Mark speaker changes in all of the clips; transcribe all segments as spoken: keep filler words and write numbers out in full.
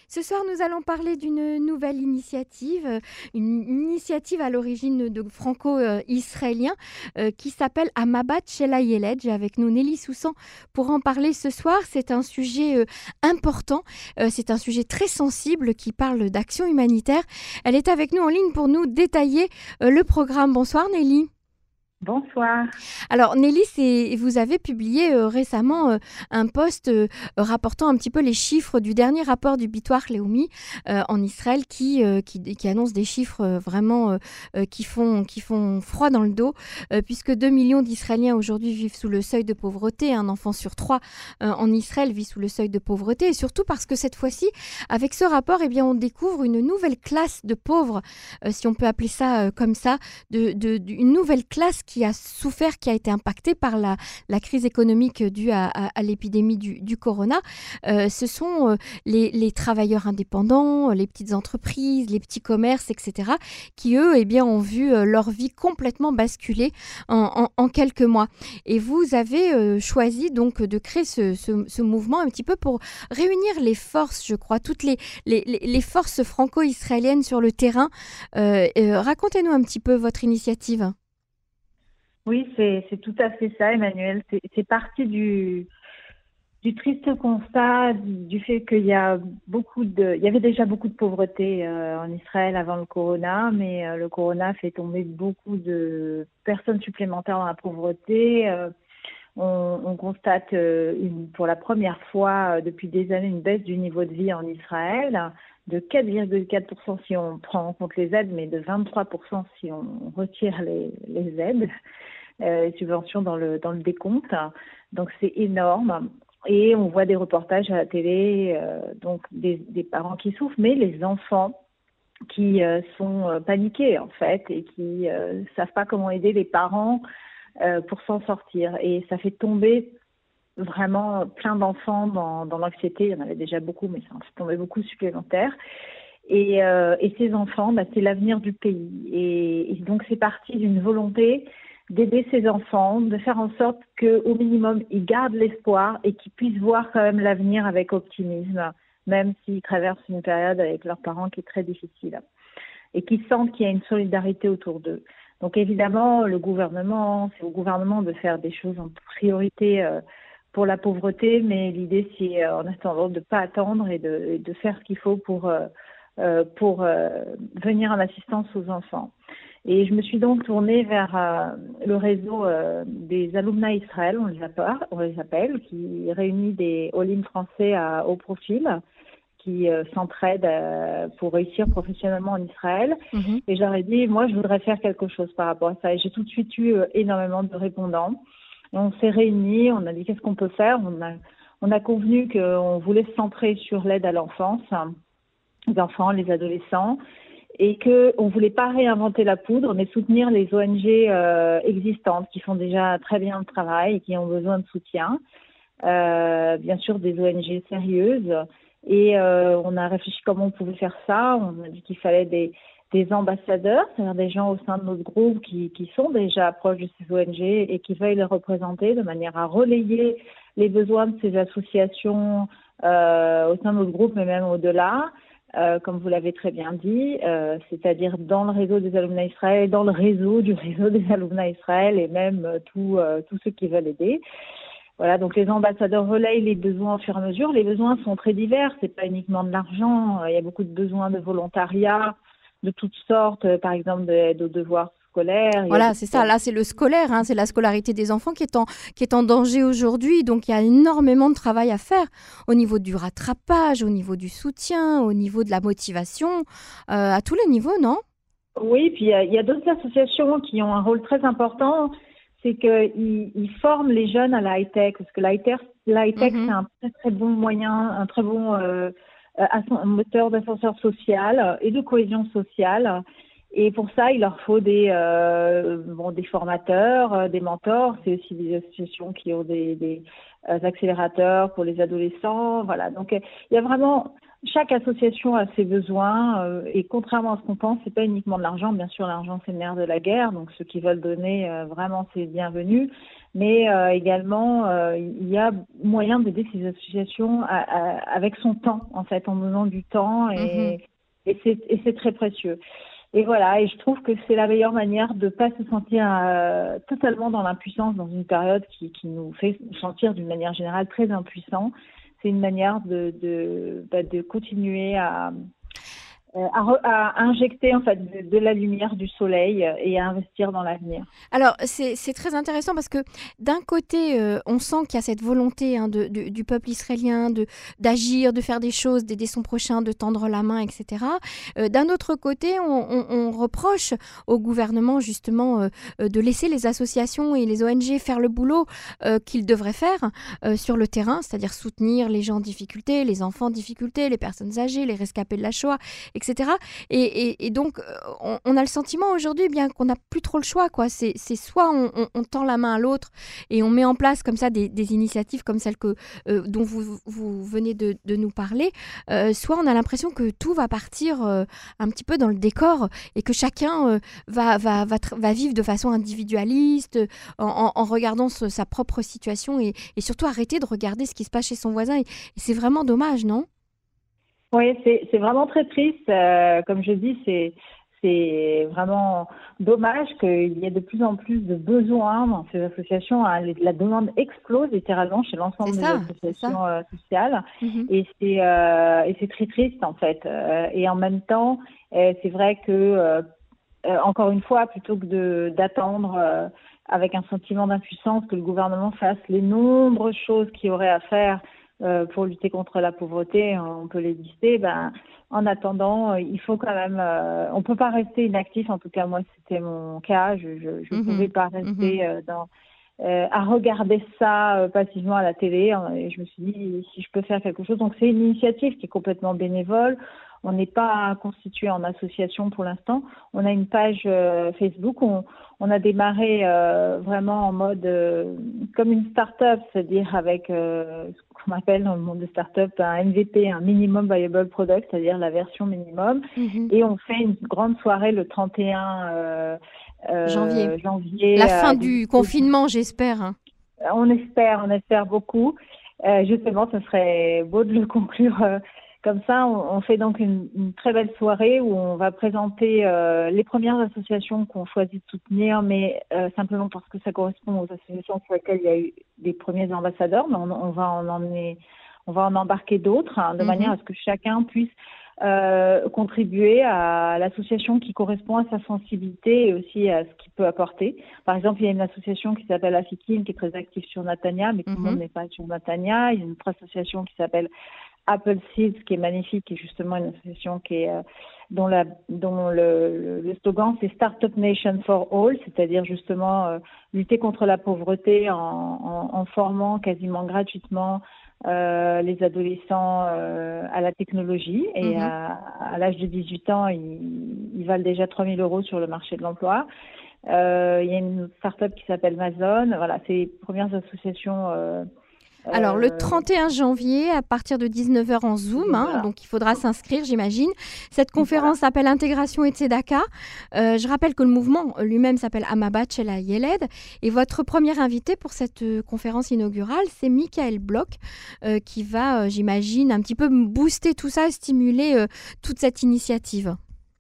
Speaker 1: Ce soir, nous allons parler d'une nouvelle initiative, euh, une initiative à l'origine de franco-israéliens euh, qui s'appelle Amabat Shela Yeled. J'ai avec nous Nelly Soussan pour en parler ce soir. C'est un sujet euh, important, euh, c'est un sujet très sensible qui parle d'action humanitaire. Elle est avec nous en ligne pour nous détailler euh, le programme. Bonsoir Nelly.
Speaker 2: Bonsoir.
Speaker 1: Alors Nelly, c'est, vous avez publié euh, récemment euh, un post euh, rapportant un petit peu les chiffres du dernier rapport du Bitoire Leumi euh, en Israël qui, euh, qui, qui annonce des chiffres euh, vraiment euh, euh, qui, font, qui font froid dans le dos, euh, puisque deux millions d'Israéliens aujourd'hui vivent sous le seuil de pauvreté. Un enfant sur trois euh, en Israël vit sous le seuil de pauvreté, et surtout parce que cette fois-ci, avec ce rapport, eh bien, on découvre une nouvelle classe de pauvres, euh, si on peut appeler ça euh, comme ça, de, de, de, une nouvelle classe qui a souffert, qui a été impactée par la, la crise économique due à, à, à l'épidémie du, du corona. Euh, ce sont euh, les, les travailleurs indépendants, les petites entreprises, les petits commerces, et cetera, qui eux eh bien, ont vu euh, leur vie complètement basculer en, en, en quelques mois. Et vous avez euh, choisi donc de créer ce, ce, ce mouvement un petit peu pour réunir les forces, je crois, toutes les, les, les forces franco-israéliennes sur le terrain. Euh, euh, racontez-nous un petit peu votre initiative.
Speaker 2: Oui, c'est c'est tout à fait ça, Emmanuel. C'est c'est parti du, du triste constat du, du fait qu'il y a beaucoup de, il y avait déjà beaucoup de pauvreté euh, en Israël avant le corona, mais euh, le corona fait tomber beaucoup de personnes supplémentaires dans la pauvreté. Euh, on, on constate euh, une, pour la première fois euh, depuis des années une baisse du niveau de vie en Israël de quatre virgule quatre pour cent si on prend en compte les aides, mais de vingt-trois pour cent si on retire les, les aides. Euh, les subventions dans le, dans le décompte. Donc, c'est énorme. Et on voit des reportages à la télé, euh, donc des, des parents qui souffrent, mais les enfants qui euh, sont euh, paniqués, en fait, et qui ne euh, savent pas comment aider les parents euh, pour s'en sortir. Et ça fait tomber vraiment plein d'enfants dans, dans l'anxiété. Il y en avait déjà beaucoup, mais ça en fait tomber beaucoup supplémentaires. Et, euh, et ces enfants, bah, c'est l'avenir du pays. Et, et donc, c'est parti d'une volonté d'aider ces enfants, de faire en sorte qu'au minimum, ils gardent l'espoir et qu'ils puissent voir quand même l'avenir avec optimisme, même s'ils traversent une période avec leurs parents qui est très difficile. Et qu'ils sentent qu'il y a une solidarité autour d'eux. Donc évidemment, le gouvernement, c'est au gouvernement de faire des choses en priorité euh, pour la pauvreté, mais l'idée, c'est euh, en attendant de ne pas attendre et de, de faire ce qu'il faut pour, euh, euh, pour euh, venir en assistance aux enfants. Et je me suis donc tournée vers euh, le réseau euh, des alumni Israël, on les appelle, on les appelle, qui réunit des all-in français à haut profil, qui euh, s'entraident euh, pour réussir professionnellement en Israël.
Speaker 1: Mmh.
Speaker 2: Et je leur ai dit, moi, je voudrais faire quelque chose par rapport à ça. Et j'ai tout de suite eu euh, énormément de répondants. Et on s'est réunis, on a dit, qu'est-ce qu'on peut faire? On a, on a convenu qu'on voulait se centrer sur l'aide à l'enfance, les enfants, les adolescents, et qu'on ne voulait pas réinventer la poudre, mais soutenir les O N G euh, existantes qui font déjà très bien le travail et qui ont besoin de soutien. Euh, bien sûr, des O N G sérieuses. Et euh, on a réfléchi comment on pouvait faire ça. On a dit qu'il fallait des, des ambassadeurs, c'est-à-dire des gens au sein de notre groupe qui, qui sont déjà proches de ces O N G et qui veuillent les représenter de manière à relayer les besoins de ces associations euh, au sein de notre groupe, mais même au-delà. Euh, comme vous l'avez très bien dit, euh, c'est-à-dire dans le réseau des alumni Israël, dans le réseau du réseau des alumni Israël et même euh, tous euh, tous ceux qui veulent aider. Voilà, donc les ambassadeurs relayent les besoins au fur et à mesure. Les besoins sont très divers, c'est pas uniquement de l'argent. Il y a beaucoup de besoins de volontariat, de toutes sortes, euh, par exemple d'aide aux devoirs scolaires. Il y a
Speaker 1: Voilà,
Speaker 2: des...
Speaker 1: c'est ça. Là, c'est le scolaire, hein, c'est la scolarité des enfants qui est en, qui est en danger aujourd'hui. Donc, il y a énormément de travail à faire au niveau du rattrapage, au niveau du soutien, au niveau de la motivation, euh, à tous les niveaux, non?
Speaker 2: Oui, puis il y a, il y a d'autres associations qui ont un rôle très important. C'est qu'ils ils forment les jeunes à la high-tech, parce que la high-tech, la high-tech c'est
Speaker 1: Mhm.
Speaker 2: un très très bon moyen, un très bon euh, un moteur d'ascenseur social et de cohésion sociale. Et pour ça, il leur faut des, euh, bon, des formateurs, euh, des mentors. C'est aussi des associations qui ont des, des euh, accélérateurs pour les adolescents. Voilà. Donc, euh, il y a vraiment chaque association a ses besoins euh, et contrairement à ce qu'on pense, c'est pas uniquement de l'argent. Bien sûr, l'argent c'est le nerf de la guerre, donc ceux qui veulent donner euh, vraiment c'est bienvenu. Mais euh, également, euh, il y a moyen d'aider ces associations à, à, avec son temps, en fait, en donnant du temps
Speaker 1: Mhm.
Speaker 2: et, et c'est et c'est très précieux. Et voilà, et je trouve que c'est la meilleure manière de pas se sentir euh, totalement dans l'impuissance dans une période qui, qui nous fait nous sentir d'une manière générale très impuissants. C'est une manière de, de, bah, de continuer à, euh, à, re- à injecter en fait de, de la lumière du soleil euh, et à investir dans l'avenir.
Speaker 1: Alors, c'est c'est très intéressant parce que d'un côté, euh, on sent qu'il y a cette volonté hein, de, de- du peuple israélien de d'agir, de faire des choses, d'aider son prochain, de tendre la main, et cetera. Euh, d'un autre côté, on, on- on reproche au gouvernement justement euh, euh, de laisser les associations et les O N G faire le boulot euh, qu'ils devraient faire euh, sur le terrain, c'est-à-dire soutenir les gens en difficulté, les enfants en difficulté, les personnes âgées, les rescapés de la Shoah, et cetera. Et, et- et donc, euh, on, on a le sentiment aujourd'hui eh bien qu'on n'a plus trop le choix, quoi. C'est c'est soit on, on- on tend la main à l'autre et on met en place comme ça des, des initiatives comme celle que, euh, dont vous, vous venez de, de nous parler, euh, soit on a l'impression que tout va partir euh, un petit peu dans le décor et que chacun euh, va, va, va, tr- va vivre de façon individualiste, euh, en, en- en regardant ce- sa propre situation et, et surtout arrêter de regarder ce qui se passe chez son voisin. Et, et c'est vraiment dommage, non?
Speaker 2: Oui, c'est c'est vraiment très triste. Euh, comme je dis, c'est c'est vraiment dommage qu'il y ait de plus en plus de besoins dans ces associations, hein. Les- La demande explose littéralement chez
Speaker 1: C'est
Speaker 2: l'ensemble des
Speaker 1: ça, c'est ça.
Speaker 2: associations euh, sociales,
Speaker 1: Mhm.
Speaker 2: et c'est euh, et c'est très triste en fait. Euh, et en même temps, euh, c'est vrai que euh, euh, encore une fois, plutôt que de d'attendre euh, avec un sentiment d'impuissance que le gouvernement fasse les nombreuses choses qu'il y aurait à faire euh, pour lutter contre la pauvreté, on peut les lister. Ben, en attendant, euh, il faut quand même, euh, on peut pas rester inactif. En tout cas, moi, c'était mon cas. Je je, je pouvais
Speaker 1: Mhm.
Speaker 2: pas
Speaker 1: Mhm.
Speaker 2: rester euh, dans euh, à regarder ça euh, passivement à la télé. hein, Et je me suis dit, si je peux faire quelque chose. Donc, c'est une initiative qui est complètement bénévole. On n'est pas constitué en association pour l'instant. On a une page euh, Facebook. On, on a démarré euh, vraiment en mode euh, comme une start-up, c'est-à-dire avec euh, ce qu'on appelle dans le monde des start-up un M V P, un minimum viable product, c'est-à-dire la version minimum.
Speaker 1: Mhm.
Speaker 2: Et on fait une grande soirée le trente et un euh,
Speaker 1: Janvier.
Speaker 2: euh, janvier.
Speaker 1: La fin
Speaker 2: Euh,
Speaker 1: du confinement, j'espère, hein.
Speaker 2: on espère, on espère beaucoup. Euh, justement, ce serait beau de le conclure euh, comme ça. On, on fait donc une, une très belle soirée où on va présenter euh, les premières associations qu'on choisit de soutenir, mais euh, simplement parce que ça correspond aux associations sur lesquelles il y a eu des premiers ambassadeurs. Mais on, on va en emmener, on va en embarquer d'autres, hein, de manière
Speaker 1: Mhm.
Speaker 2: à ce que chacun puisse euh, contribuer à l'association qui correspond à sa sensibilité et aussi à ce qu'il peut apporter. Par exemple, il y a une association qui s'appelle Afikim qui est très active sur Natania, mais tout le monde
Speaker 1: Mhm.
Speaker 2: n'est pas sur Natania. Il y a une autre association qui s'appelle Apple Seeds qui est magnifique, qui est justement une association qui est, euh, dont, la, dont le, le slogan c'est Startup Nation for All, c'est-à-dire justement euh, lutter contre la pauvreté en, en, en formant quasiment gratuitement euh, les adolescents euh, à la technologie. Et
Speaker 1: Mhm.
Speaker 2: à, à l'âge de dix-huit ans, ils, ils valent déjà trois mille euros sur le marché de l'emploi. Euh, il y a une start-up qui s'appelle Amazon. Voilà, c'est les premières associations. Euh,
Speaker 1: Alors, le
Speaker 2: euh,
Speaker 1: trente et un janvier, à partir de dix-neuf heures en Zoom, hein,
Speaker 2: voilà.
Speaker 1: donc il faudra s'inscrire, j'imagine. Cette
Speaker 2: Voilà.
Speaker 1: conférence s'appelle Intégration et Tzedaka. Euh, je rappelle que le mouvement lui-même s'appelle Amabat Shela Yeled. Et votre premier invité pour cette euh, conférence inaugurale, c'est Michael Bloch, euh, qui va, euh, j'imagine, un petit peu booster tout ça, stimuler euh, toute cette initiative.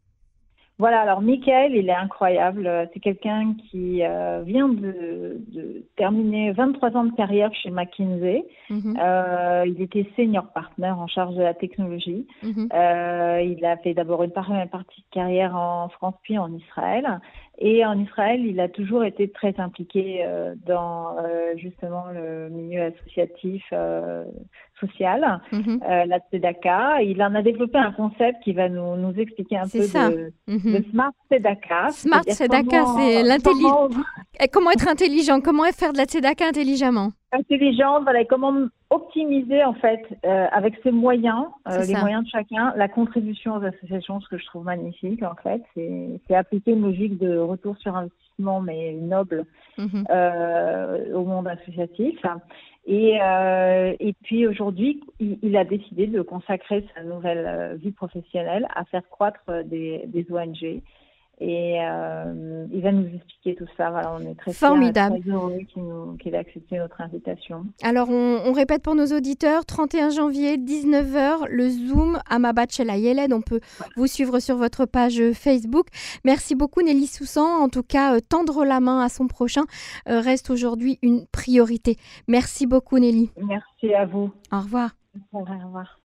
Speaker 2: Voilà, alors Michael, il est incroyable. Euh, C'est quelqu'un qui euh, vient de, de terminer vingt-trois ans de carrière chez McKinsey.
Speaker 1: Mhm.
Speaker 2: Euh, il était senior partner en charge de la technologie.
Speaker 1: Mhm.
Speaker 2: Euh, il a fait d'abord une par- une partie de carrière en France puis en Israël. Et en Israël, il a toujours été très impliqué euh, dans euh, justement le milieu associatif euh, social,
Speaker 1: Mhm.
Speaker 2: euh, la Tzedaka. Il en a développé un concept qui va nous, nous expliquer un
Speaker 1: C'est
Speaker 2: peu
Speaker 1: ça.
Speaker 2: de
Speaker 1: Mhm.
Speaker 2: le smart Tzedaka,
Speaker 1: Smart
Speaker 2: c'est-à-dire
Speaker 1: Tzedaka,
Speaker 2: comment,
Speaker 1: c'est l'intelligence.
Speaker 2: comment
Speaker 1: Comment être intelligent? Comment faire de la tzedaka intelligemment?
Speaker 2: intelligente, voilà, et comment optimiser en fait euh, avec ses moyens,
Speaker 1: C'est
Speaker 2: euh, les
Speaker 1: ça.
Speaker 2: moyens de chacun, la contribution aux associations, ce que je trouve magnifique en fait, c'est c'est appliquer une logique de retour sur investissement mais noble
Speaker 1: Mhm.
Speaker 2: euh, au monde associatif. Et, euh, et puis aujourd'hui, il, il a décidé de consacrer sa nouvelle euh, vie professionnelle à faire croître des, des O N G. Et euh, il va nous expliquer tout ça. Voilà, on est très fiers et très heureux qu'il, nous, qu'il ait accepté notre invitation.
Speaker 1: Alors, on, on répète pour nos auditeurs, trente et un janvier, dix-neuf heures, le Zoom à Mabat Shel Hayeled. On peut ouais. vous suivre sur votre page Facebook. Merci beaucoup Nelly Soussan. En tout cas, euh, tendre la main à son prochain euh, reste aujourd'hui une priorité. Merci beaucoup Nelly.
Speaker 2: Merci à vous.
Speaker 1: Au revoir.
Speaker 2: Au revoir.